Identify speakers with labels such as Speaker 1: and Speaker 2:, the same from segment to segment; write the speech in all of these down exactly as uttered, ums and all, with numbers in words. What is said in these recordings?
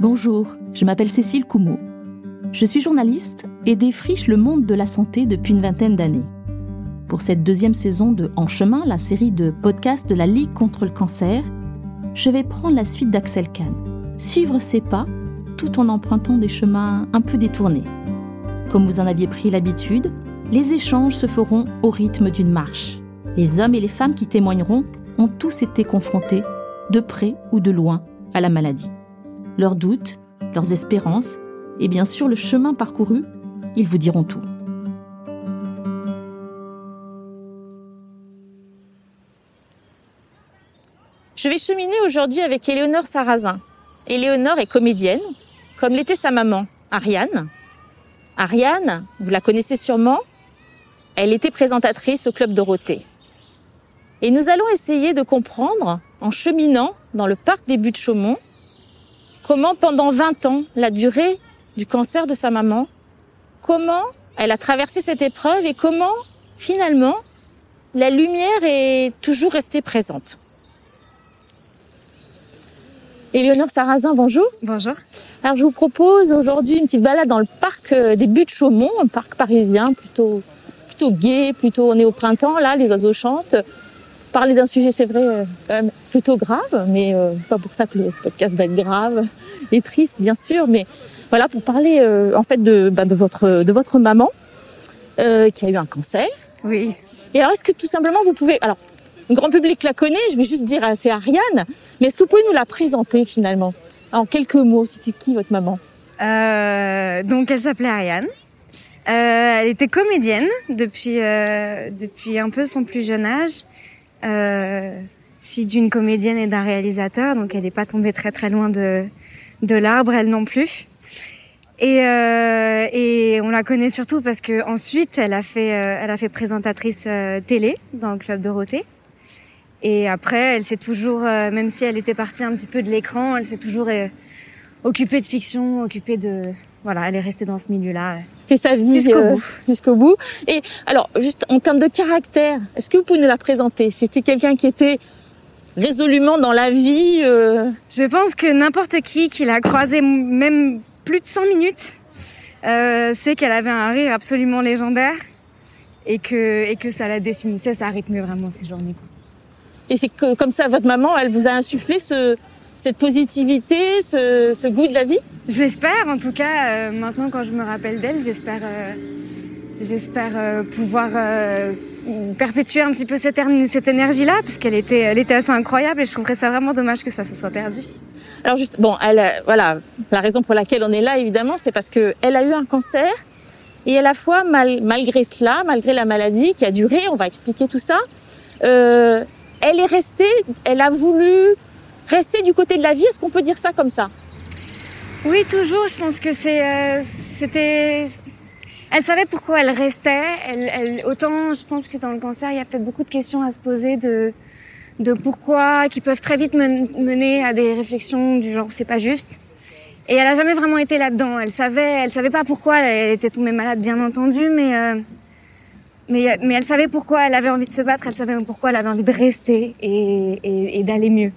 Speaker 1: Bonjour, je m'appelle Cécile Coumeau. Je suis journaliste et défriche le monde de la santé depuis une vingtaine d'années. Pour cette deuxième saison de En Chemin, la série de podcasts de la Ligue contre le cancer, je vais prendre la suite d'Axel Kahn, suivre ses pas tout en empruntant des chemins un peu détournés. Comme vous en aviez pris l'habitude, les échanges se feront au rythme d'une marche. Les hommes et les femmes qui témoigneront ont tous été confrontés, de près ou de loin, à la maladie. Leurs doutes, leurs espérances et bien sûr le chemin parcouru, ils vous diront tout.
Speaker 2: Je vais cheminer aujourd'hui avec Éléonore Sarrazin. Éléonore est comédienne, comme l'était sa maman, Ariane. Ariane, vous la connaissez sûrement, elle était présentatrice au Club Dorothée. Et nous allons essayer de comprendre, en cheminant dans le parc des Buttes-Chaumont, comment pendant vingt ans, la durée du cancer de sa maman, comment elle a traversé cette épreuve et comment, finalement, la lumière est toujours restée présente. Éléonore Sarrazin, bonjour.
Speaker 3: Bonjour.
Speaker 2: Alors, je vous propose aujourd'hui une petite balade dans le parc des Buttes-Chaumont, un parc parisien plutôt, plutôt gai, plutôt, on est au printemps, là, les oiseaux chantent. Parler d'un sujet, c'est vrai, quand même plutôt grave, mais euh, c'est pas pour ça que le podcast va être grave et triste, bien sûr, mais voilà, pour parler euh, en fait de, bah, de votre de votre maman euh, qui a eu un cancer.
Speaker 3: Oui.
Speaker 2: Et alors, est-ce que tout simplement vous pouvez, alors, le grand public la connaît, je vais juste dire c'est Ariane, mais est-ce que vous pouvez nous la présenter finalement en quelques mots? C'était qui votre maman?
Speaker 3: Euh, donc, elle s'appelait Ariane. Euh, elle était comédienne depuis euh, depuis un peu son plus jeune âge. Euh, fille d'une comédienne et d'un réalisateur, donc elle n'est pas tombée très très loin de de l'arbre, elle non plus. Et euh, et on la connaît surtout parce que ensuite elle a fait euh, elle a fait présentatrice euh, télé dans le Club Dorothée. Et après, elle s'est toujours, euh, même si elle était partie un petit peu de l'écran, elle s'est toujours euh, occupée de fiction, occupée de voilà, elle est restée dans ce milieu-là.
Speaker 2: Fait sa vie
Speaker 3: jusqu'au
Speaker 2: euh,
Speaker 3: bout.
Speaker 2: Jusqu'au bout. Et alors, juste en termes de caractère, est-ce que vous pouvez nous la présenter? C'était quelqu'un qui était résolument dans la vie euh...
Speaker 3: Je pense que n'importe qui qui l'a croisée même plus de cinq minutes euh, sait qu'elle avait un rire absolument légendaire et que et que ça la définissait, ça rythmait vraiment ses journées, quoi.
Speaker 2: Et c'est que comme ça, votre maman, elle vous a insufflé ce cette positivité, ce, ce goût de la vie?
Speaker 3: Je l'espère, en tout cas. Euh, maintenant, quand je me rappelle d'elle, j'espère, euh, j'espère euh, pouvoir euh, perpétuer un petit peu cette, cette énergie-là, puisqu'elle était, elle était assez incroyable, et je trouverais ça vraiment dommage que ça se soit perdu.
Speaker 2: Alors juste, bon, elle, a, voilà, la raison pour laquelle on est là, évidemment, c'est parce que elle a eu un cancer, et à la fois, mal, malgré cela, malgré la maladie qui a duré, on va expliquer tout ça, euh, elle est restée, elle a voulu rester du côté de la vie, est-ce qu'on peut dire ça comme ça?
Speaker 3: Oui, toujours. Je pense que c'est, euh, c'était. Elle savait pourquoi elle restait. Elle, elle, autant, je pense que dans le cancer, il y a peut-être beaucoup de questions à se poser de, de pourquoi, qui peuvent très vite mener à des réflexions du genre c'est pas juste. Et elle a jamais vraiment été là-dedans. Elle savait, elle savait pas pourquoi elle était tombée malade, bien entendu, mais. Euh, mais, mais elle savait pourquoi elle avait envie de se battre. Elle savait pourquoi elle avait envie de rester et, et, et d'aller mieux.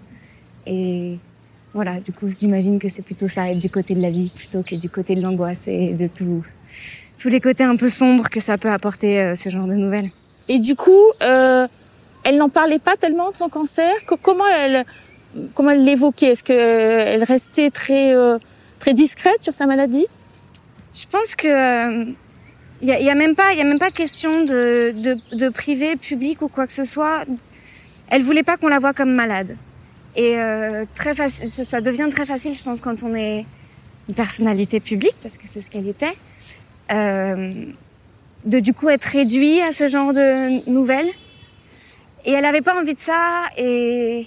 Speaker 3: Et voilà, du coup, j'imagine que c'est plutôt ça, être du côté de la vie, plutôt que du côté de l'angoisse et de tout, tous les côtés un peu sombres que ça peut apporter euh, ce genre de nouvelles.
Speaker 2: Et du coup, euh, elle n'en parlait pas tellement de son cancer. Comment elle, comment elle l'évoquait? Est-ce qu'elle restait très, euh, très discrète sur sa maladie?
Speaker 3: Je pense que il euh, y, a, y a même pas, il y a même pas question de, de, de privé, public ou quoi que ce soit. Elle voulait pas qu'on la voie comme malade. Et euh, très facile, ça, ça devient très facile, je pense, quand on est une personnalité publique, parce que c'est ce qu'elle était, euh, de du coup être réduit à ce genre de nouvelles. Et elle avait pas envie de ça, et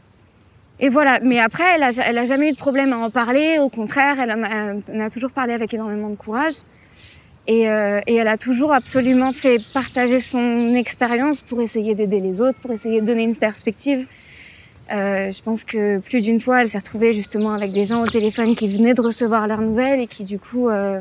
Speaker 3: et voilà. Mais après, elle a, elle a jamais eu de problème à en parler. Au contraire, elle en a, elle en a toujours parlé avec énormément de courage. Et, euh, et elle a toujours absolument fait partager son expérience pour essayer d'aider les autres, pour essayer de donner une perspective. Euh, je pense que plus d'une fois, elle s'est retrouvée justement avec des gens au téléphone qui venaient de recevoir leurs nouvelles et qui du coup, euh,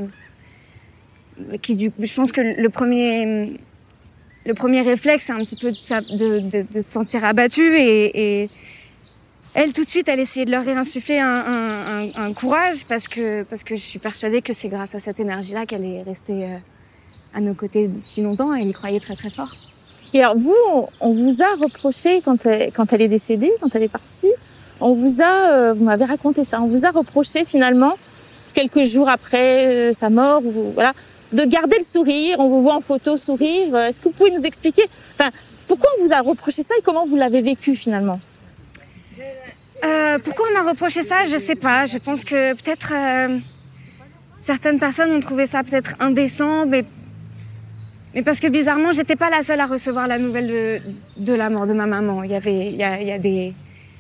Speaker 3: qui du, je pense que le premier, le premier réflexe, c'est un petit peu de, de, de, de se sentir abattu et, et, elle, tout de suite, elle essayait de leur réinsuffler un, un, un, un courage parce que, parce que je suis persuadée que c'est grâce à cette énergie-là qu'elle est restée euh, à nos côtés si longtemps. Elle y croyait très très fort.
Speaker 2: Et alors vous, on, on vous a reproché quand elle, quand elle est décédée, quand elle est partie, on vous a, euh, vous m'avez raconté ça, on vous a reproché finalement, quelques jours après euh, sa mort, ou, voilà, de garder le sourire. On vous voit en photo sourire. Est-ce que vous pouvez nous expliquer, enfin, pourquoi on vous a reproché ça et comment vous l'avez vécu finalement?
Speaker 3: Euh, pourquoi on m'a reproché ça? Je sais pas. Je pense que peut-être euh, certaines personnes ont trouvé ça peut-être indécent, mais, mais parce que bizarrement, j'étais pas la seule à recevoir la nouvelle de, de la mort de ma maman. Il y avait, il y a, il y a des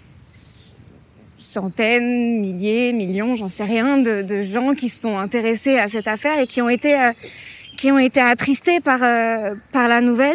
Speaker 3: centaines, milliers, millions, j'en sais rien, de, de gens qui se sont intéressés à cette affaire et qui ont été, euh, qui ont été attristés par, euh, par la nouvelle.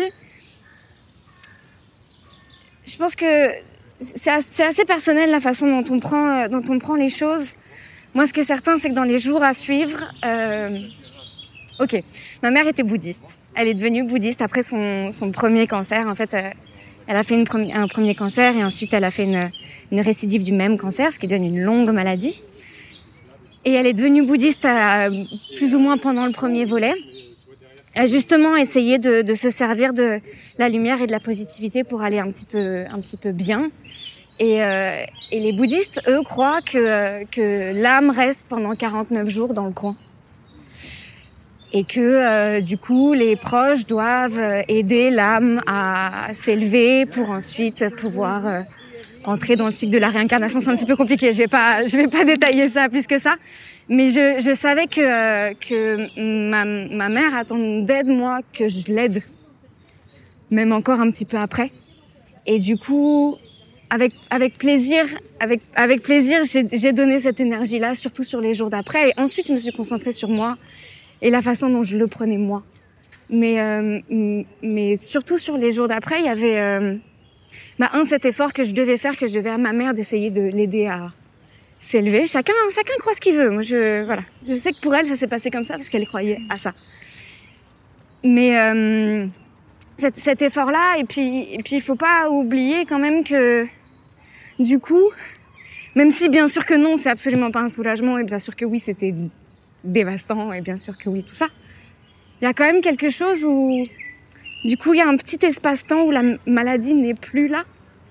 Speaker 3: Je pense que c'est assez, assez personnel la façon dont on prend, dont on prend les choses. Moi, ce qui est certain, c'est que dans les jours à suivre, euh... ok, ma mère était bouddhiste. Elle est devenue bouddhiste après son, son premier cancer. En fait, euh, elle a fait une premi- un premier cancer et ensuite elle a fait une, une récidive du même cancer, ce qui donne une longue maladie. Et elle est devenue bouddhiste à, plus ou moins pendant le premier volet. Elle a justement essayé de, de se servir de la lumière et de la positivité pour aller un petit peu, un petit peu bien. Et, euh, et les bouddhistes, eux, croient que, que l'âme reste pendant quarante-neuf jours dans le coin. Et que, euh, du coup, les proches doivent aider l'âme à s'élever pour ensuite pouvoir euh, entrer dans le cycle de la réincarnation. C'est un petit peu compliqué, je vais pas, je vais pas détailler ça plus que ça. Mais je, je savais que, euh, que ma, ma mère attendait de moi que je l'aide. Même encore un petit peu après. Et du coup, avec, avec plaisir, avec, avec plaisir, j'ai, j'ai donné cette énergie-là, surtout sur les jours d'après. Et ensuite, je me suis concentrée sur moi et la façon dont je le prenais moi. Mais, euh, mais surtout sur les jours d'après, il y avait, euh, bah, un, cet effort que je devais faire, que je devais à ma mère d'essayer de l'aider à s'élever. Chacun, chacun croit ce qu'il veut. Moi, je, voilà. Je sais que pour elle, ça s'est passé comme ça parce qu'elle croyait à ça. Mais, euh, cet, cet effort-là, et puis, et puis, il faut pas oublier quand même que, du coup, même si bien sûr que non, c'est absolument pas un soulagement, et bien sûr que oui, c'était dévastant, et bien sûr que oui, tout ça. Il y a quand même quelque chose où, du coup, il y a un petit espace-temps où la maladie n'est plus là.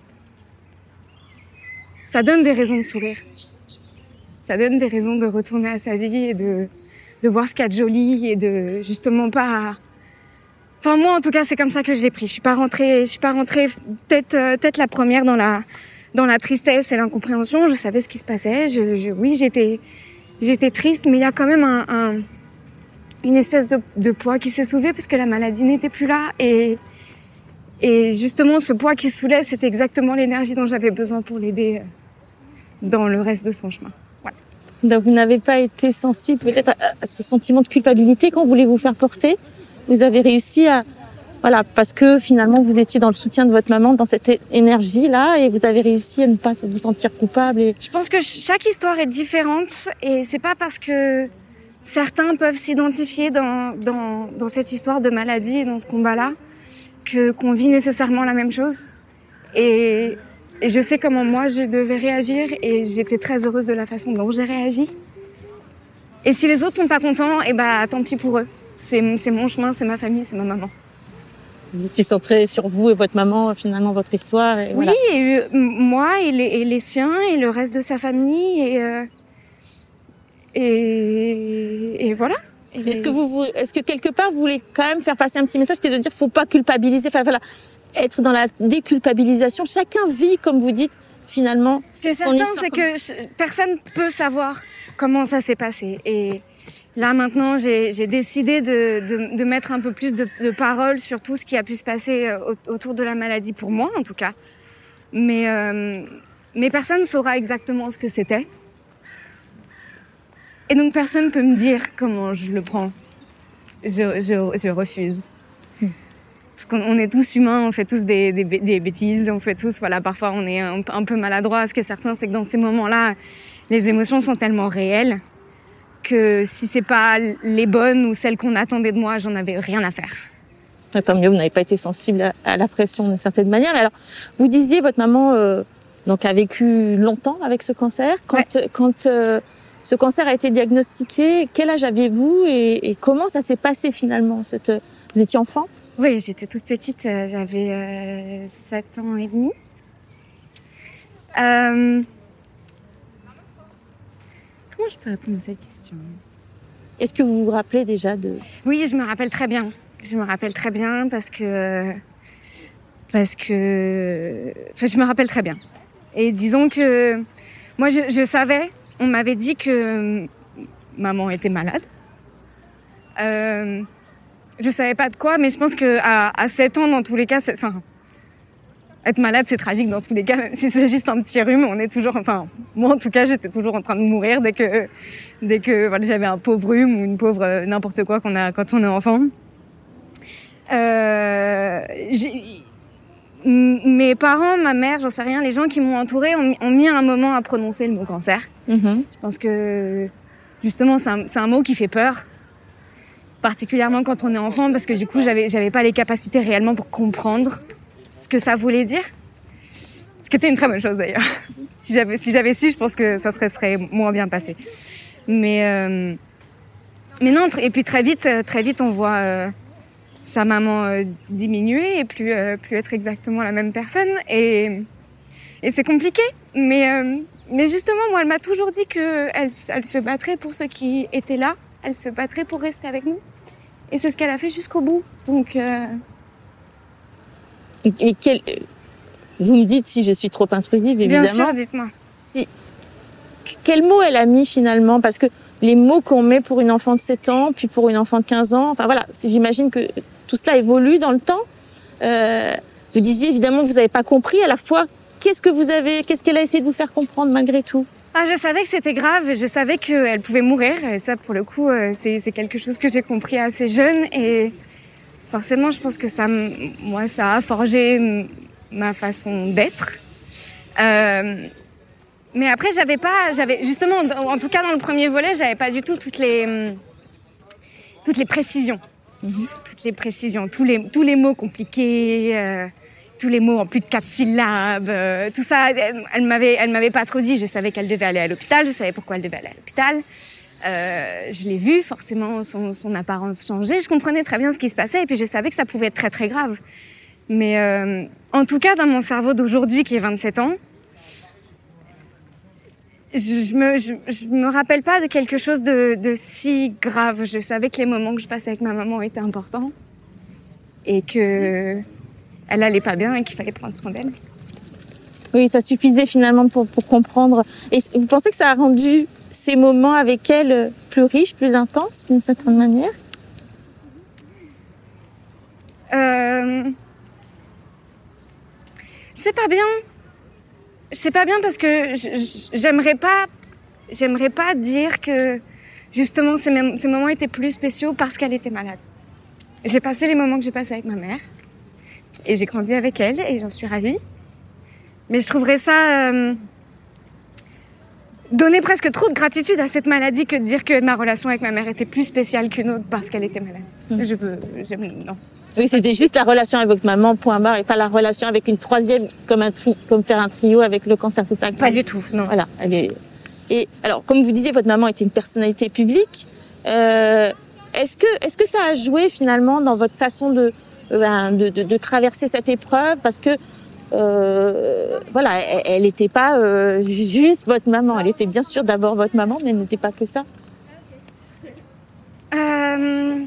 Speaker 3: Ça donne des raisons de sourire. Ça donne des raisons de retourner à sa vie et de, de voir ce qu'il y a de joli et de justement pas... Enfin, moi, en tout cas, c'est comme ça que je l'ai pris. Je suis pas rentrée, je suis pas rentrée peut-être, euh, peut-être la première dans la, dans la tristesse et l'incompréhension. Je savais ce qui se passait. Je, je, oui, j'étais, j'étais triste, mais il y a quand même un, un une espèce de, de poids qui s'est soulevé parce que la maladie n'était plus là. Et, et justement, ce poids qui se soulève, c'était exactement l'énergie dont j'avais besoin pour l'aider dans le reste de son chemin. Voilà.
Speaker 2: Donc vous n'avez pas été sensible peut-être à ce sentiment de culpabilité qu'on voulait vous faire porter. Vous avez réussi à... Voilà, parce que finalement, vous étiez dans le soutien de votre maman, dans cette énergie-là, et vous avez réussi à ne pas vous sentir coupable. Et...
Speaker 3: Je pense que chaque histoire est différente, et c'est pas parce que certains peuvent s'identifier dans, dans, dans cette histoire de maladie et dans ce combat-là que, qu'on vit nécessairement la même chose. Et, et je sais comment moi je devais réagir, et j'étais très heureuse de la façon dont j'ai réagi. Et si les autres sont pas contents, et bah tant pis pour eux. C'est, c'est mon chemin, c'est ma famille, c'est ma maman.
Speaker 2: Vous étiez centré sur vous et votre maman, finalement, votre histoire. Et voilà.
Speaker 3: Oui, et, euh, moi et les, et les siens et le reste de sa famille. Et, euh, et, et voilà. Et
Speaker 2: est-ce que vous, est-ce que quelque part vous voulez quand même faire passer un petit message qui est de dire faut pas culpabiliser, enfin voilà, être dans la déculpabilisation. Chacun vit, comme vous dites, finalement.
Speaker 3: C'est certain, c'est comme... que personne peut savoir comment ça s'est passé. Et là maintenant, j'ai, j'ai décidé de, de, de mettre un peu plus de, de paroles sur tout ce qui a pu se passer autour de la maladie pour moi, en tout cas. Mais, euh, mais personne ne saura exactement ce que c'était. Et donc personne peut me dire comment je le prends. Je, je, je refuse. Hmm. Parce qu'on est tous humains, on fait tous des, des, des bêtises, on fait tous, voilà, parfois on est un, un peu maladroit. Ce qui est certain, c'est que dans ces moments-là, les émotions sont tellement réelles que si c'est pas les bonnes ou celles qu'on attendait de moi, j'en avais rien à faire.
Speaker 2: Tant mieux, vous n'avez pas été sensible à, à la pression d'une certaine manière. Alors, vous disiez, votre maman euh, donc a vécu longtemps avec ce cancer. Quand, ouais. quand euh, ce cancer a été diagnostiqué, quel âge aviez-vous et, et comment ça s'est passé finalement cette... Vous étiez enfant ?
Speaker 3: Oui, j'étais toute petite, j'avais euh, sept ans et demi. Euh... Comment je peux répondre à cette question ?
Speaker 2: Est-ce que vous vous rappelez déjà de...
Speaker 3: Oui, je me rappelle très bien. Je me rappelle très bien parce que... Parce que... Enfin, je me rappelle très bien. Et disons que... Moi, je, je savais, on m'avait dit que maman était malade. Euh... Je savais pas de quoi, mais je pense que à, à sept ans, dans tous les cas, c'est... Enfin, être malade, c'est tragique dans tous les cas, même si c'est juste un petit rhume, on est toujours, enfin, moi en tout cas, j'étais toujours en train de mourir dès que, dès que, voilà, j'avais un pauvre rhume ou une pauvre euh, n'importe quoi qu'on a quand on est enfant. Euh, j'ai, mes parents, ma mère, j'en sais rien, les gens qui m'ont entourée ont, ont mis un moment à prononcer le mot cancer. Mm-hmm. Je pense que, justement, c'est un, c'est un mot qui fait peur, particulièrement quand on est enfant, parce que du coup, j'avais, j'avais pas les capacités réellement pour comprendre ce que ça voulait dire. Ce qui était une très bonne chose d'ailleurs. Si j'avais, si j'avais su, je pense que ça serait, serait moins bien passé. Mais, euh, mais non, et puis très vite, très vite, on voit euh, sa maman euh, diminuer et plus, euh, plus être exactement la même personne. Et, et c'est compliqué. Mais, euh, mais justement, moi, elle m'a toujours dit qu'elle elle se battrait pour ceux qui étaient là. Elle se battrait pour rester avec nous. Et c'est ce qu'elle a fait jusqu'au bout. Donc... Euh,
Speaker 2: Et quel... Vous me dites si je suis trop intrusive, évidemment.
Speaker 3: Bien sûr, dites-moi.
Speaker 2: Si... Quel mot elle a mis finalement ? Parce que les mots qu'on met pour une enfant de sept ans, puis pour une enfant de quinze ans, enfin voilà, j'imagine que tout cela évolue dans le temps. Euh, vous disiez évidemment que vous n'avez pas compris à la fois. Qu'est-ce que vous avez, qu'est-ce qu'elle a essayé de vous faire comprendre malgré tout ?
Speaker 3: Ah, je savais que c'était grave, je savais qu'elle pouvait mourir. Et ça, pour le coup, c'est, c'est quelque chose que j'ai compris assez jeune. Et forcément, je pense que ça, moi, ça a forgé ma façon d'être. Euh, mais après, j'avais pas, j'avais justement, en tout cas dans le premier volet, j'avais pas du tout toutes les, toutes les précisions, mm-hmm. toutes les précisions, tous les, tous les mots compliqués, euh, tous les mots en plus de quatre syllabes, euh, tout ça. Elle, elle m'avait, elle m'avait pas trop dit. Je savais qu'elle devait aller à l'hôpital, je savais pourquoi elle devait aller à l'hôpital. Euh, je l'ai vu, forcément, son, son apparence changeait. Je comprenais très bien ce qui se passait et puis je savais que ça pouvait être très très grave. Mais euh, en tout cas, dans mon cerveau d'aujourd'hui, qui est vingt-sept ans, je, je me je, je me rappelle pas de quelque chose de, de si grave. Je savais que les moments que je passais avec ma maman étaient importants et que elle allait pas bien et qu'il fallait prendre soin d'elle.
Speaker 2: Oui, ça suffisait finalement pour pour comprendre. Et vous pensez que ça a rendu ces moments avec elle plus riches, plus intenses, d'une certaine manière ?
Speaker 3: Euh... Je sais pas bien. Je sais pas bien parce que j'aimerais pas, j'aimerais pas dire que justement ces, mém- ces moments étaient plus spéciaux parce qu'elle était malade. J'ai passé les moments que j'ai passés avec ma mère et j'ai grandi avec elle et j'en suis ravie. Mais je trouverais ça euh, donner presque trop de gratitude à cette maladie que de dire que ma relation avec ma mère était plus spéciale qu'une autre parce qu'elle était malade. Mmh. Je peux, j'aime, non.
Speaker 2: Oui, c'était juste la relation avec votre maman, point barre, et pas la relation avec une troisième, comme un tri, comme faire un trio avec le cancer, c'est ça ?
Speaker 3: Pas du tout, non.
Speaker 2: Voilà. Elle est... Et alors, comme vous disiez, votre maman était une personnalité publique. Euh, est-ce que, est-ce que ça a joué finalement dans votre façon de, euh, de, de, de traverser cette épreuve ? Parce que, euh, voilà, elle n'était pas euh, juste votre maman. Elle était bien sûr d'abord votre maman, mais elle n'était pas que ça.
Speaker 3: Euh...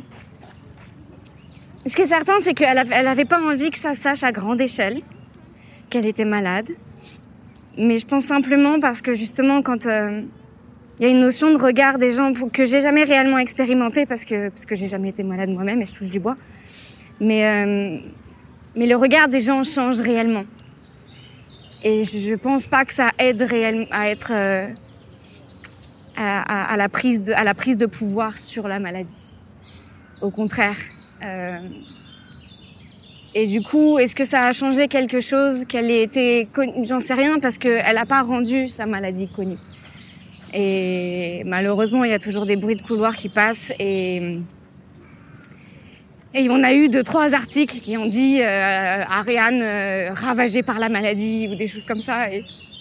Speaker 3: Ce qui est certain, c'est qu'elle n'avait pas envie que ça sache à grande échelle qu'elle était malade. Mais je pense simplement parce que justement, quand il euh, y a une notion de regard des gens que j'ai jamais réellement expérimentée parce que parce que j'ai jamais été malade moi-même et je touche du bois. Mais euh, mais le regard des gens change réellement. Et je, je pense pas que ça aide réellement à être euh, à, à, à la prise de à la prise de pouvoir sur la maladie. Au contraire. Euh, et du coup, est-ce que ça a changé quelque chose qu'elle ait été connue ? J'en sais rien parce qu'elle n'a pas rendu sa maladie connue. Et malheureusement, il y a toujours des bruits de couloir qui passent et et on a eu deux trois articles qui ont dit euh, Ariane euh, ravagée par la maladie ou des choses comme ça. Et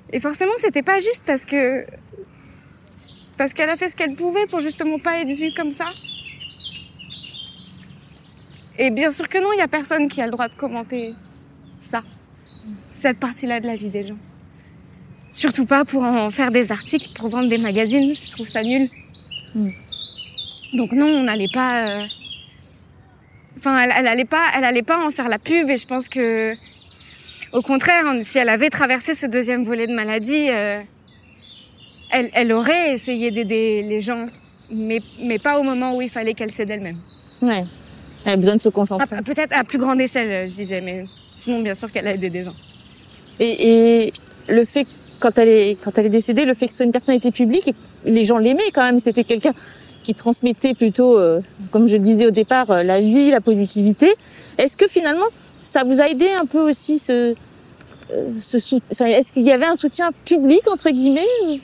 Speaker 3: Et forcément, c'était pas juste parce que parce qu'elle a fait ce qu'elle pouvait pour justement pas être vue comme ça. Et bien sûr que non, il y a personne qui a le droit de commenter ça, cette partie-là de la vie des gens. Surtout pas pour en faire des articles, pour vendre des magazines, je trouve ça nul. Mm. Donc non, on n'allait pas... Euh... Enfin, elle, elle allait pas, elle allait pas en faire la pub, et je pense que, au contraire, si elle avait traversé ce deuxième volet de maladie, euh, elle, elle aurait essayé d'aider les gens, mais, mais pas au moment où il fallait qu'elle s'aide elle-même.
Speaker 2: Ouais, elle a besoin de se concentrer.
Speaker 3: Ah, peut-être à plus grande échelle, je disais, mais sinon, bien sûr qu'elle a aidé des gens.
Speaker 2: Et, et le fait que, quand elle est, quand elle est décédée, le fait que ce soit une personnalité publique, les gens l'aimaient quand même, c'était quelqu'un qui transmettait plutôt, euh, comme je le disais au départ, euh, la vie, la positivité. Est-ce que finalement, ça vous a aidé un peu aussi ce, euh, ce soutien, enfin, est-ce qu'il y avait un soutien public, entre guillemets ou...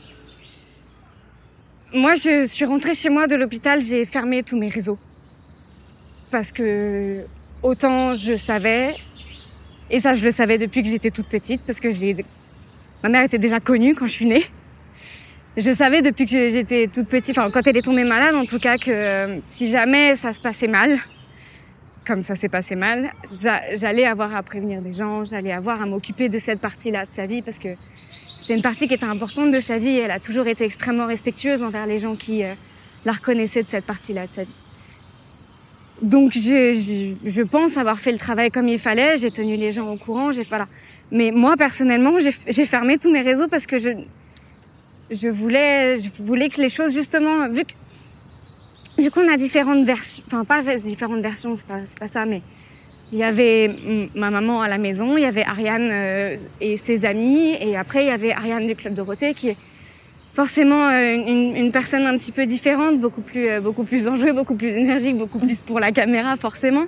Speaker 3: Moi, je suis rentrée chez moi de l'hôpital, j'ai fermé tous mes réseaux. Parce que autant je savais, et ça je le savais depuis que j'étais toute petite, parce que j'ai, ma mère était déjà connue quand je suis née. Je savais depuis que j'étais toute petite, enfin quand elle est tombée malade en tout cas, que euh, si jamais ça se passait mal, comme ça s'est passé mal, j'allais avoir à prévenir des gens, j'allais avoir à m'occuper de cette partie-là de sa vie, parce que c'est une partie qui était importante de sa vie, et elle a toujours été extrêmement respectueuse envers les gens qui euh, la reconnaissaient de cette partie-là de sa vie. Donc je, je, je pense avoir fait le travail comme il fallait, j'ai tenu les gens au courant, j'ai, voilà. Mais moi personnellement, j'ai, j'ai fermé tous mes réseaux parce que je... Je voulais, je voulais que les choses, justement, vu que, vu qu'on a différentes versions, enfin, pas différentes versions, c'est pas, c'est pas ça, mais il y avait ma maman à la maison, il y avait Ariane euh, et ses amis, et après, il y avait Ariane du Club Dorothée, qui est forcément euh, une, une personne un petit peu différente, beaucoup plus, euh, beaucoup plus enjouée, beaucoup plus énergique, beaucoup plus pour la caméra, forcément.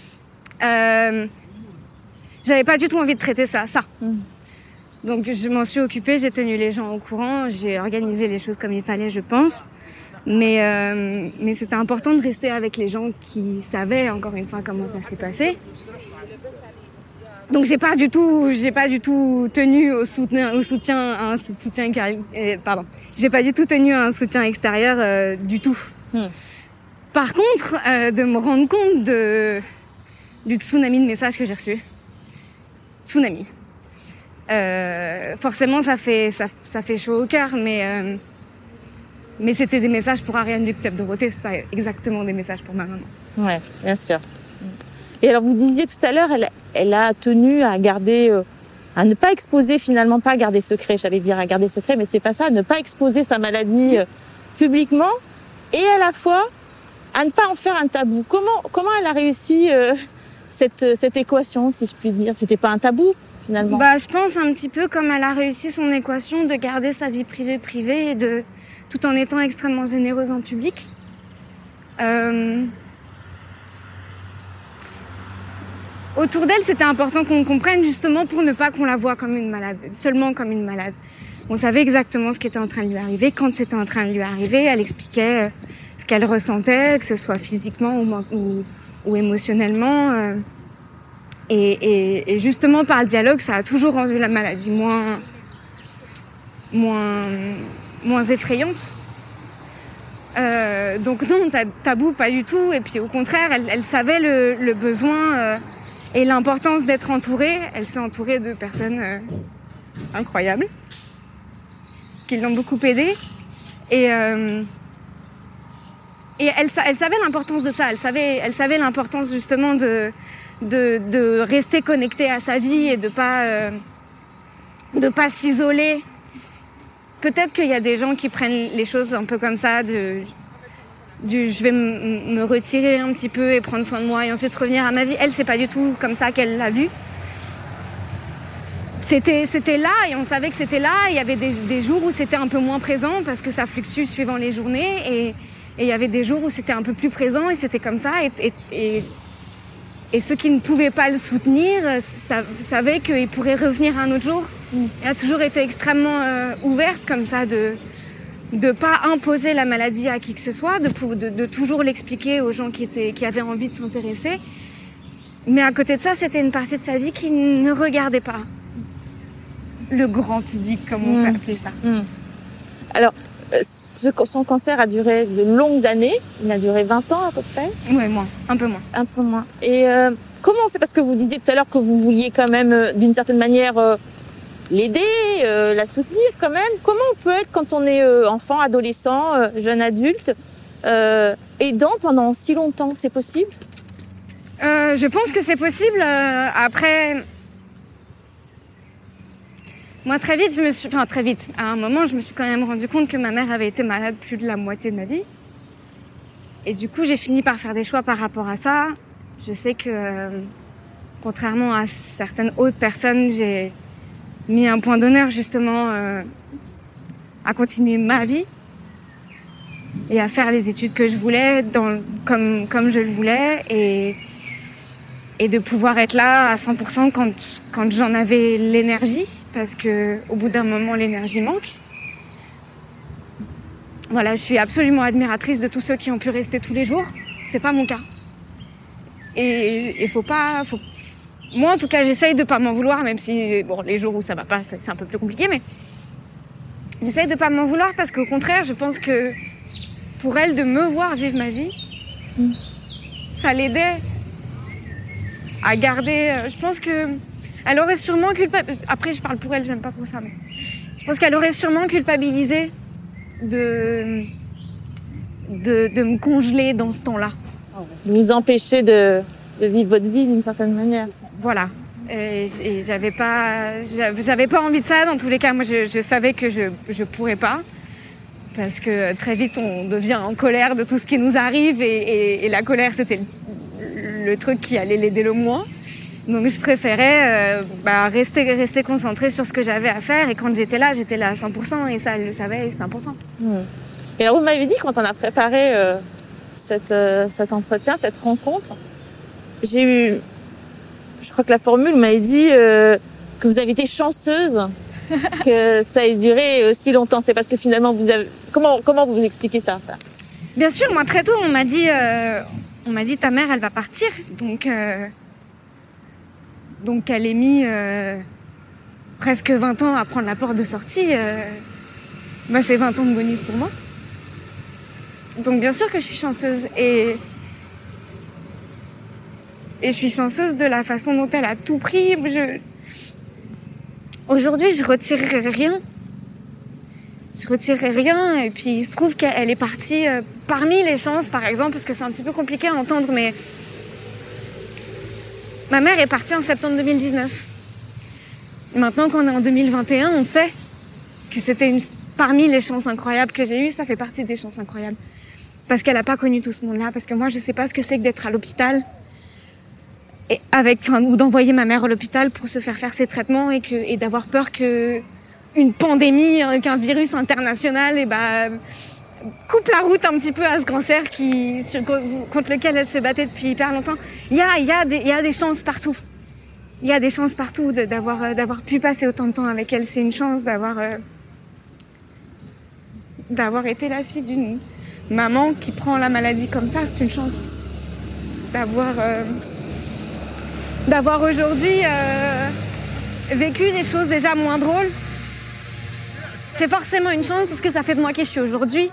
Speaker 3: Euh, j'avais pas du tout envie de traiter ça, ça. Mm. Donc je m'en suis occupée, j'ai tenu les gens au courant, j'ai organisé les choses comme il fallait, je pense. Mais, euh, mais c'était important de rester avec les gens qui savaient, encore une fois, comment ça s'est passé. Donc j'ai pas du tout, j'ai pas du tout tenu au soutien, au soutien, à un soutien, pardon, j'ai pas du tout tenu à un soutien extérieur euh, du tout. Hmm. Par contre, euh, de me rendre compte de, du tsunami de messages que j'ai reçus. Tsunami. Euh, forcément, ça fait, ça, ça fait chaud au cœur, mais, euh, mais c'était des messages pour Ariane du Club Dorothée, c'est pas exactement des messages pour ma maman.
Speaker 2: Ouais, bien sûr. Et alors, vous disiez tout à l'heure, elle, elle a tenu à garder, euh, à ne pas exposer, finalement, pas à garder secret, j'allais dire à garder secret, mais c'est pas ça, à ne pas exposer sa maladie euh, publiquement, et à la fois, à ne pas en faire un tabou. Comment, comment elle a réussi euh, cette, cette équation, si je puis dire? C'était pas un tabou? Finalement.
Speaker 3: Bah, je pense un petit peu comme elle a réussi son équation de garder sa vie privée privée et de, tout en étant extrêmement généreuse en public. Euh... Autour d'elle, c'était important qu'on comprenne justement pour ne pas qu'on la voie comme une malade, seulement comme une malade. On savait exactement ce qui était en train de lui arriver, quand c'était en train de lui arriver. Elle expliquait ce qu'elle ressentait, que ce soit physiquement ou, ou, ou émotionnellement. Euh... Et, et, et justement, par le dialogue, ça a toujours rendu la maladie moins, moins, moins effrayante. Euh, donc non, tabou, pas du tout. Et puis au contraire, elle, elle savait le, le besoin euh, et l'importance d'être entourée. Elle s'est entourée de personnes euh, incroyables qui l'ont beaucoup aidée. Et, euh, et elle, elle savait l'importance de ça. Elle savait, elle savait l'importance justement de... De, de rester connecté à sa vie et de pas euh, de pas s'isoler. Peut-être qu'il y a des gens qui prennent les choses un peu comme ça, de, du je vais m- me retirer un petit peu et prendre soin de moi et ensuite revenir à ma vie. Elle, c'est pas du tout comme ça qu'elle l'a vu. C'était, c'était là et on savait que c'était là. Il y avait des, des jours où c'était un peu moins présent parce que ça fluctue suivant les journées et, et il y avait des jours où c'était un peu plus présent et c'était comme ça. Et, et, et Et ceux qui ne pouvaient pas le soutenir savaient qu'il pourrait revenir un autre jour. Mm. Elle a toujours été extrêmement euh, ouverte comme ça, de ne pas imposer la maladie à qui que ce soit, de, de, de toujours l'expliquer aux gens qui, étaient, qui avaient envie de s'intéresser. Mais à côté de ça, c'était une partie de sa vie qui ne regardait pas. le grand public, comme on
Speaker 2: Mmh.
Speaker 3: peut appeler ça.
Speaker 2: Mmh. Alors, euh, ce, son cancer a duré de longues années. Il a duré vingt ans à peu près.
Speaker 3: Ouais, moins, un peu moins.
Speaker 2: Un peu moins. Et euh, comment on fait? Parce que vous disiez tout à l'heure que vous vouliez quand même, euh, d'une certaine manière, euh, l'aider, euh, la soutenir quand même. Comment on peut être quand on est euh, enfant, adolescent, euh, jeune adulte, euh, aidant pendant si longtemps? C'est possible?
Speaker 3: Euh, je pense que c'est possible. Euh, après, moi très vite, je me suis, enfin très vite, à un moment, je me suis quand même rendu compte que ma mère avait été malade plus de la moitié de ma vie. Et du coup, j'ai fini par faire des choix par rapport à ça. Je sais que, euh, contrairement à certaines autres personnes, j'ai mis un point d'honneur justement euh, à continuer ma vie et à faire les études que je voulais, dans, comme, comme je le voulais, et, et de pouvoir être là à cent pour cent quand, quand j'en avais l'énergie, parce que au bout d'un moment, l'énergie manque. Voilà, je suis absolument admiratrice de tous ceux qui ont pu rester tous les jours. C'est pas mon cas. Et il faut pas... Faut... Moi, en tout cas, j'essaye de pas m'en vouloir, même si, bon, les jours où ça va pas, c'est un peu plus compliqué, mais j'essaye de pas m'en vouloir parce qu'au contraire, je pense que pour elle, de me voir vivre ma vie, mmh. ça l'aidait à garder... Je pense que elle aurait sûrement culpabilisé... Après, je parle pour elle, j'aime pas trop ça, mais je pense qu'elle aurait sûrement culpabilisé de, de, de me congeler dans ce temps-là.
Speaker 2: De vous empêcher de, de vivre votre vie d'une certaine manière.
Speaker 3: Voilà. Et, et j'avais pas, j'avais pas envie de ça. Dans tous les cas, moi, je, je savais que je, je pourrais pas. Parce que très vite, on devient en colère de tout ce qui nous arrive. Et, et, et la colère, c'était le, le truc qui allait l'aider le moins. Donc, je préférais euh, bah, rester, rester concentrée sur ce que j'avais à faire. Et quand j'étais là, j'étais là à cent pour cent. Et ça, elle le savait et c'était important.
Speaker 2: Mmh. Et alors, vous m'avez dit, quand on a préparé euh, cette, euh, cet entretien, cette rencontre, j'ai eu... Je crois que la formule, vous m'avez dit euh, que vous avez été chanceuse que ça ait duré aussi longtemps. C'est parce que finalement, vous avez... Comment, comment vous expliquez ça, ça
Speaker 3: Bien sûr, moi, très tôt, on m'a dit, euh, on m'a dit ta mère, elle va partir. Donc... Euh... Donc elle ait mis euh, presque vingt ans à prendre la porte de sortie, euh, bah c'est vingt ans de bonus pour moi. Donc bien sûr que je suis chanceuse et, et je suis chanceuse de la façon dont elle a tout pris. Je... Aujourd'hui, je retirerai rien. Je retirerai rien et puis il se trouve qu'elle est partie euh, parmi les chances, par exemple, parce que c'est un petit peu compliqué à entendre, mais ma mère est partie en septembre deux mille dix-neuf. Maintenant qu'on est en deux mille vingt et un, on sait que c'était une... parmi les chances incroyables que j'ai eues, ça fait partie des chances incroyables. Parce qu'elle n'a pas connu tout ce monde-là, parce que moi, je ne sais pas ce que c'est que d'être à l'hôpital et avec, enfin, ou d'envoyer ma mère à l'hôpital pour se faire faire ses traitements et, que, et d'avoir peur qu'une pandémie, qu'un virus international, et bah, coupe la route un petit peu à ce cancer qui, sur, contre lequel elle se battait depuis hyper longtemps. Il y a, il y a des, il y a des chances partout. Il y a des chances partout de, d'avoir, d'avoir pu passer autant de temps avec elle. C'est une chance d'avoir, euh, d'avoir été la fille d'une maman qui prend la maladie comme ça. C'est une chance d'avoir, euh, d'avoir aujourd'hui euh, vécu des choses déjà moins drôles. C'est forcément une chance parce que ça fait de moi qui je suis aujourd'hui.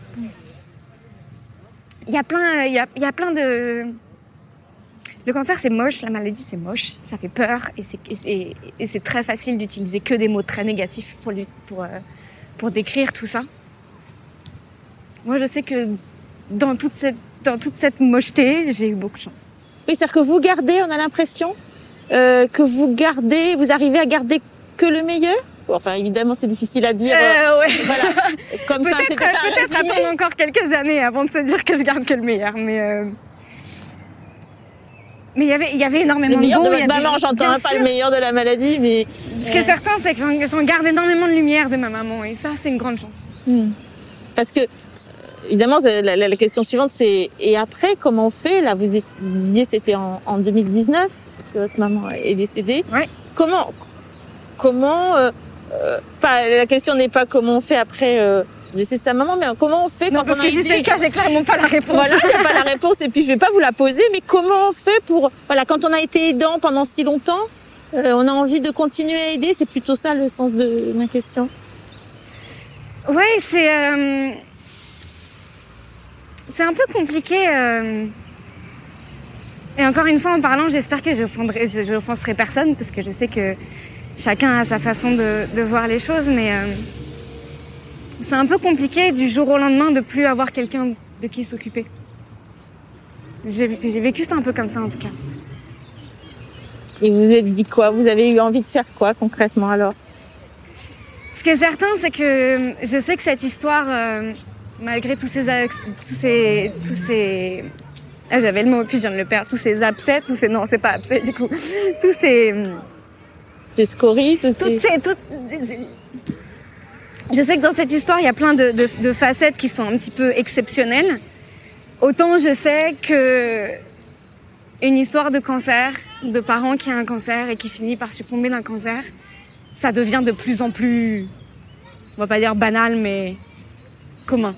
Speaker 3: Il y a plein, il y a, il y a plein de... Le cancer, c'est moche, la maladie, c'est moche, ça fait peur et c'est, et c'est, et c'est très facile d'utiliser que des mots très négatifs pour, lui, pour, euh, pour décrire tout ça. Moi, je sais que dans toute cette, dans toute cette mocheté, j'ai eu beaucoup de chance.
Speaker 2: Oui, c'est-à-dire que vous gardez, on a l'impression euh, que vous gardez, vous arrivez à garder que le meilleur. Enfin, évidemment, c'est difficile à dire.
Speaker 3: Euh, ouais.
Speaker 2: Voilà. Comme
Speaker 3: peut-être,
Speaker 2: ça, c'est
Speaker 3: peut-être attendre encore quelques années avant de se dire que je garde que le meilleur. Mais euh... mais il y avait, il y avait énormément
Speaker 2: le meilleur
Speaker 3: de beau.
Speaker 2: de votre maman, j'entends hein, pas le meilleur de la maladie, mais
Speaker 3: ce qui est certain, c'est que j'en, j'en garde énormément de lumière de ma maman, et ça, c'est une grande chance.
Speaker 2: Hmm. Parce que évidemment, la, la, la question suivante, c'est et après, comment on fait? Là, vous, êtes, vous disiez, c'était en, en deux mille dix-neuf que votre maman est décédée.
Speaker 3: Ouais.
Speaker 2: Comment, comment euh, Euh, pas, la question n'est pas comment on fait après euh, laisser sa maman, mais comment on fait
Speaker 3: non,
Speaker 2: quand
Speaker 3: parce
Speaker 2: on
Speaker 3: que
Speaker 2: a
Speaker 3: si
Speaker 2: idée...
Speaker 3: c'est le cas, j'ai clairement pas la réponse.
Speaker 2: Voilà, il n'y a pas la réponse et puis je vais pas vous la poser, mais comment on fait pour, voilà, quand on a été aidant pendant si longtemps, euh, on a envie de continuer à aider, c'est plutôt ça le sens de ma question.
Speaker 3: Ouais, c'est euh, c'est un peu compliqué. Euh... Et encore une fois, en parlant, j'espère que je n'offenserai personne, parce que je sais que chacun a sa façon de, de voir les choses, mais euh, c'est un peu compliqué du jour au lendemain de plus avoir quelqu'un de qui s'occuper. J'ai, j'ai vécu ça un peu comme ça, en tout cas.
Speaker 2: Et vous vous êtes dit quoi? Vous avez eu envie de faire quoi concrètement alors?
Speaker 3: Ce qui est certain, c'est que je sais que cette histoire, euh, malgré tous ces, tous ces, tous ces, ah, j'avais le mot, puis je viens de le perdre, tous ces abcès, tous ces, non, c'est pas abcès du coup, tous ces,
Speaker 2: ces scories, tous
Speaker 3: toutes
Speaker 2: ces,
Speaker 3: ces, toutes, je sais que dans cette histoire, il y a plein de, de, de facettes qui sont un petit peu exceptionnelles. Autant je sais que une histoire de cancer, de parents qui ont un cancer et qui finit par succomber d'un cancer, ça devient de plus en plus, on va pas dire banal, mais commun.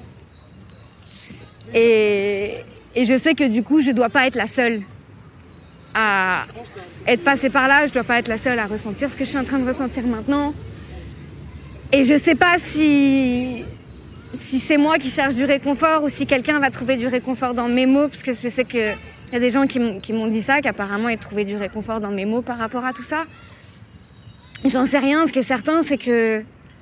Speaker 3: Et, et je sais que du coup, je dois pas être la seule à être passée par là, je dois pas être la seule à ressentir ce que je suis en train de ressentir maintenant. Et je sais pas si, si c'est moi qui cherche du réconfort ou si quelqu'un va trouver du réconfort dans mes mots, parce que je sais qu'il y a des gens qui m'ont, qui m'ont dit ça, qu'apparemment ils trouvaient du réconfort dans mes mots par rapport à tout ça. J'en sais rien, ce qui est certain, c'est que,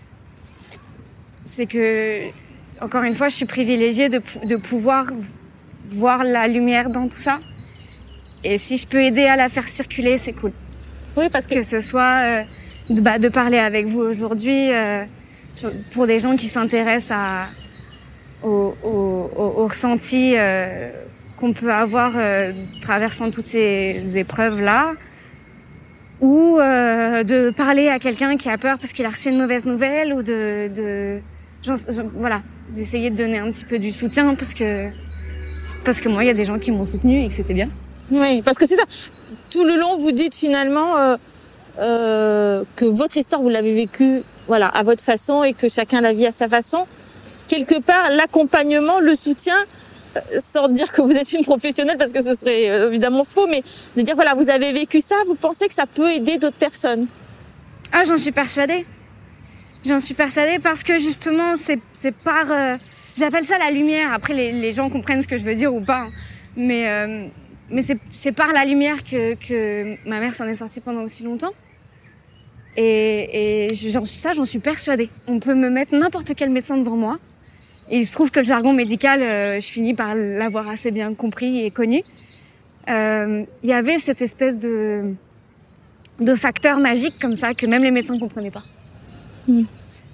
Speaker 3: c'est que, encore une fois, je suis privilégiée de, de pouvoir voir la lumière dans tout ça. Et si je peux aider à la faire circuler, c'est cool.
Speaker 2: Oui, parce que,
Speaker 3: que ce soit euh, de, bah, de parler avec vous aujourd'hui, euh, pour des gens qui s'intéressent à, au, au, au, au ressenti euh, qu'on peut avoir euh, traversant toutes ces épreuves-là. Ou euh, de parler à quelqu'un qui a peur parce qu'il a reçu une mauvaise nouvelle, ou de, de genre, genre, voilà, d'essayer de donner un petit peu du soutien, parce que parce que moi il y a des gens qui m'ont soutenue et que c'était bien.
Speaker 2: Oui, parce que c'est ça. Tout le long, vous dites finalement euh, euh, que votre histoire vous l'avez vécue, voilà, à votre façon, et que chacun la vit à sa façon. Quelque part, l'accompagnement, le soutien, sans dire que vous êtes une professionnelle, parce que ce serait euh, évidemment faux, mais de dire voilà, vous avez vécu ça, vous pensez que ça peut aider d'autres personnes?
Speaker 3: Ah, j'en suis persuadée. J'en suis persuadée parce que justement, c'est, c'est par... Euh, j'appelle ça la lumière. Après, les, les gens comprennent ce que je veux dire ou pas. Mais, euh, mais c'est, c'est par la lumière que, que ma mère s'en est sortie pendant aussi longtemps. Et, et j'en, ça, j'en suis persuadée. On peut me mettre n'importe quel médecin devant moi. Et il se trouve que le jargon médical, euh, je finis par l'avoir assez bien compris et connu. Euh, il y avait cette espèce de, de facteur magique comme ça que même les médecins ne comprenaient pas. Mmh.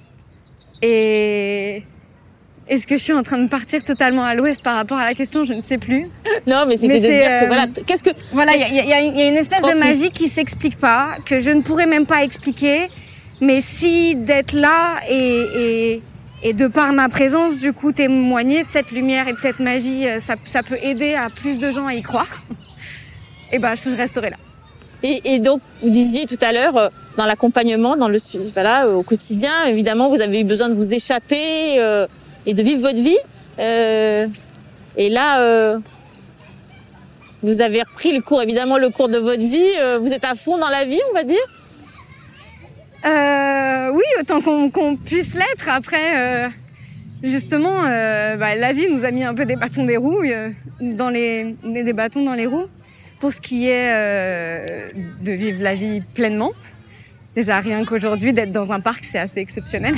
Speaker 3: Et est-ce que je suis en train de partir totalement à l'ouest par rapport à la question? Je ne sais plus.
Speaker 2: Non, mais c'était mais de
Speaker 3: c'est,
Speaker 2: dire
Speaker 3: euh,
Speaker 2: que voilà, qu'est-ce que...
Speaker 3: Voilà, il y, y, y a une espèce de magie qui s'explique pas, que je ne pourrais même pas expliquer. Mais si d'être là et... et Et de par ma présence, du coup, témoigner de cette lumière et de cette magie, ça, ça peut aider à plus de gens à y croire. Et ben, je resterai là.
Speaker 2: Et, et donc, vous disiez tout à l'heure, dans l'accompagnement, dans le, voilà, au quotidien, évidemment, vous avez eu besoin de vous échapper euh, et de vivre votre vie. Euh, et là, euh, vous avez repris le cours, évidemment, le cours de votre vie. Euh, vous êtes à fond dans la vie, on va dire?
Speaker 3: Euh, oui, autant qu'on, qu'on puisse l'être. Après, euh, justement, euh, bah, la vie nous a mis un peu des bâtons des roues, euh, dans les, des bâtons dans les roues, pour ce qui est euh, de vivre la vie pleinement. Déjà, rien qu'aujourd'hui, d'être dans un parc, c'est assez exceptionnel.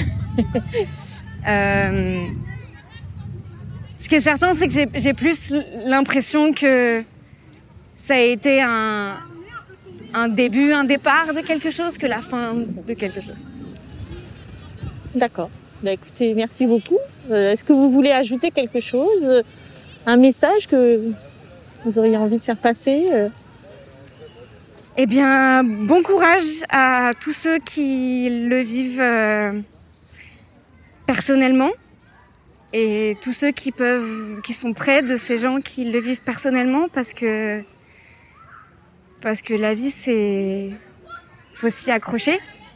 Speaker 3: euh, ce qui est certain, c'est que j'ai, j'ai plus l'impression que ça a été un... un début, un départ de quelque chose que la fin de quelque chose.
Speaker 2: D'accord. Bah, écoutez, merci beaucoup. Euh, est-ce que vous voulez ajouter quelque chose? Un message que vous auriez envie de faire passer? euh...
Speaker 3: Eh bien, bon courage à tous ceux qui le vivent euh, personnellement et tous ceux qui peuvent, qui sont près de ces gens qui le vivent personnellement, parce que Parce que la vie, c'est... faut s'y accrocher.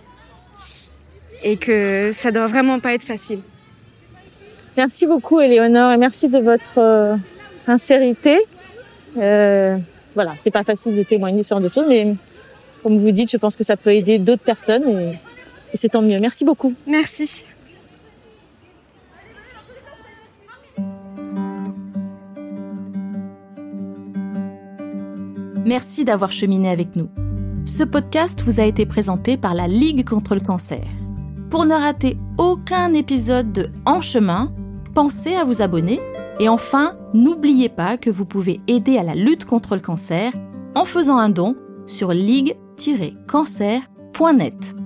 Speaker 3: Et que ça doit vraiment pas être facile.
Speaker 2: Merci beaucoup, Éléonore, et merci de votre euh, sincérité. Euh, voilà, c'est pas facile de témoigner sur deux choses, mais Comme vous dites, je pense que ça peut aider d'autres personnes et, et c'est tant mieux. Merci beaucoup.
Speaker 3: Merci.
Speaker 1: Merci d'avoir cheminé avec nous. Ce podcast vous a été présenté par la Ligue contre le cancer. Pour ne rater aucun épisode de En chemin, pensez à vous abonner. Et enfin, n'oubliez pas que vous pouvez aider à la lutte contre le cancer en faisant un don sur ligue tiret cancer point net.